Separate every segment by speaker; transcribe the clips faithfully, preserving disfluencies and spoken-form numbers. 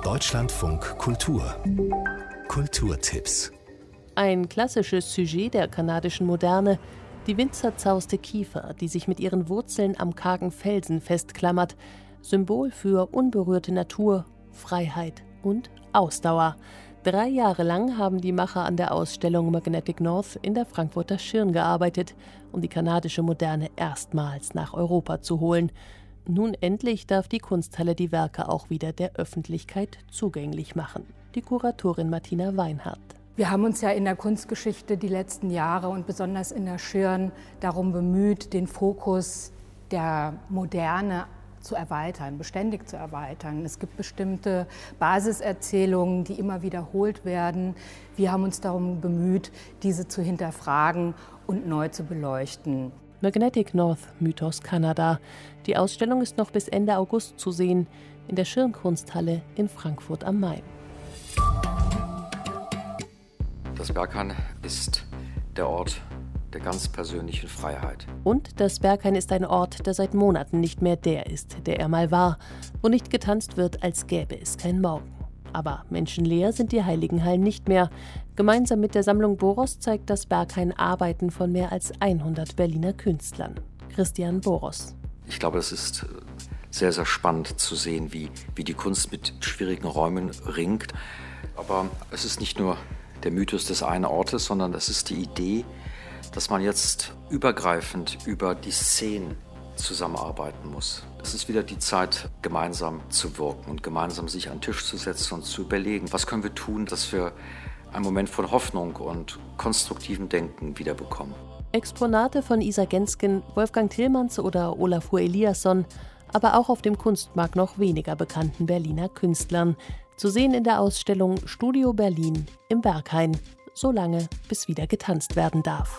Speaker 1: Deutschlandfunk Kultur. Kulturtipps.
Speaker 2: Ein klassisches Sujet der kanadischen Moderne, die winzerzauste Kiefer, die sich mit ihren Wurzeln am kargen Felsen festklammert, Symbol für unberührte Natur, Freiheit und Ausdauer. Drei Jahre lang haben die Macher an der Ausstellung Magnetic North in der Frankfurter Schirn gearbeitet, um die kanadische Moderne erstmals nach Europa zu holen. Nun endlich darf die Kunsthalle die Werke auch wieder der Öffentlichkeit zugänglich machen. Die Kuratorin Martina Weinhardt.
Speaker 3: Wir haben uns ja in der Kunstgeschichte die letzten Jahre und besonders in der Schirn darum bemüht, den Fokus der Moderne zu erweitern, beständig zu erweitern. Es gibt bestimmte Basiserzählungen, die immer wiederholt werden. Wir haben uns darum bemüht, diese zu hinterfragen und neu zu beleuchten.
Speaker 2: Magnetic North, Mythos Kanada. Die Ausstellung ist noch bis Ende August zu sehen in der Schirn-Kunsthalle in Frankfurt am Main.
Speaker 4: Das Berghain ist der Ort der ganz persönlichen Freiheit.
Speaker 2: Und das Berghain ist ein Ort, der seit Monaten nicht mehr der ist, der er mal war, wo nicht getanzt wird, als gäbe es kein Morgen. Aber menschenleer sind die Heiligenhallen nicht mehr. Gemeinsam mit der Sammlung Boros zeigt das Berghain Arbeiten von mehr als hundert Berliner Künstlern. Christian Boros.
Speaker 4: Ich glaube, es ist sehr, sehr spannend zu sehen, wie, wie die Kunst mit schwierigen Räumen ringt. Aber es ist nicht nur der Mythos des einen Ortes, sondern es ist die Idee, dass man jetzt übergreifend über die Szenen zusammenarbeiten muss. Es ist wieder die Zeit, gemeinsam zu wirken und gemeinsam sich an den Tisch zu setzen und zu überlegen, was können wir tun, dass wir einen Moment von Hoffnung und konstruktivem Denken wiederbekommen.
Speaker 2: Exponate von Isa Gensken, Wolfgang Tillmans oder Olafur Eliasson, aber auch auf dem Kunstmarkt noch weniger bekannten Berliner Künstlern. Zu sehen in der Ausstellung Studio Berlin im Berghain, solange bis wieder getanzt werden darf.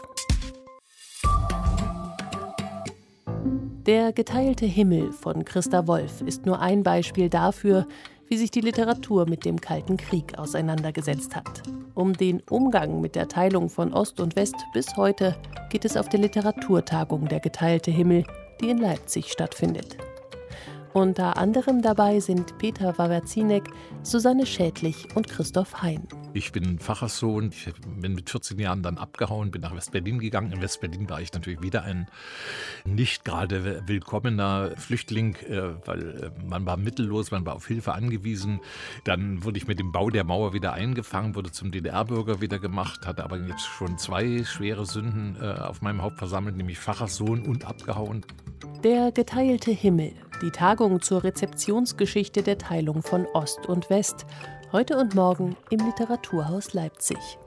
Speaker 2: Der geteilte Himmel von Christa Wolf ist nur ein Beispiel dafür, wie sich die Literatur mit dem Kalten Krieg auseinandergesetzt hat. Um den Umgang mit der Teilung von Ost und West bis heute geht es auf der Literaturtagung Der geteilte Himmel, die in Leipzig stattfindet. Unter anderem dabei sind Peter Wawrzynek, Susanne Schädlich und Christoph Hein.
Speaker 5: Ich bin Pfarrerssohn. Ich bin mit vierzehn Jahren dann abgehauen, bin nach West-Berlin gegangen. In West-Berlin war ich natürlich wieder ein nicht gerade willkommener Flüchtling, weil man war mittellos, man war auf Hilfe angewiesen. Dann wurde ich mit dem Bau der Mauer wieder eingefangen, wurde zum D D R-Bürger wieder gemacht, hatte aber jetzt schon zwei schwere Sünden auf meinem Haupt versammelt, nämlich Pfarrerssohn und abgehauen.
Speaker 2: Der geteilte Himmel, die Tagung zur Rezeptionsgeschichte der Teilung von Ost und West. Heute und morgen im Literaturhaus Leipzig.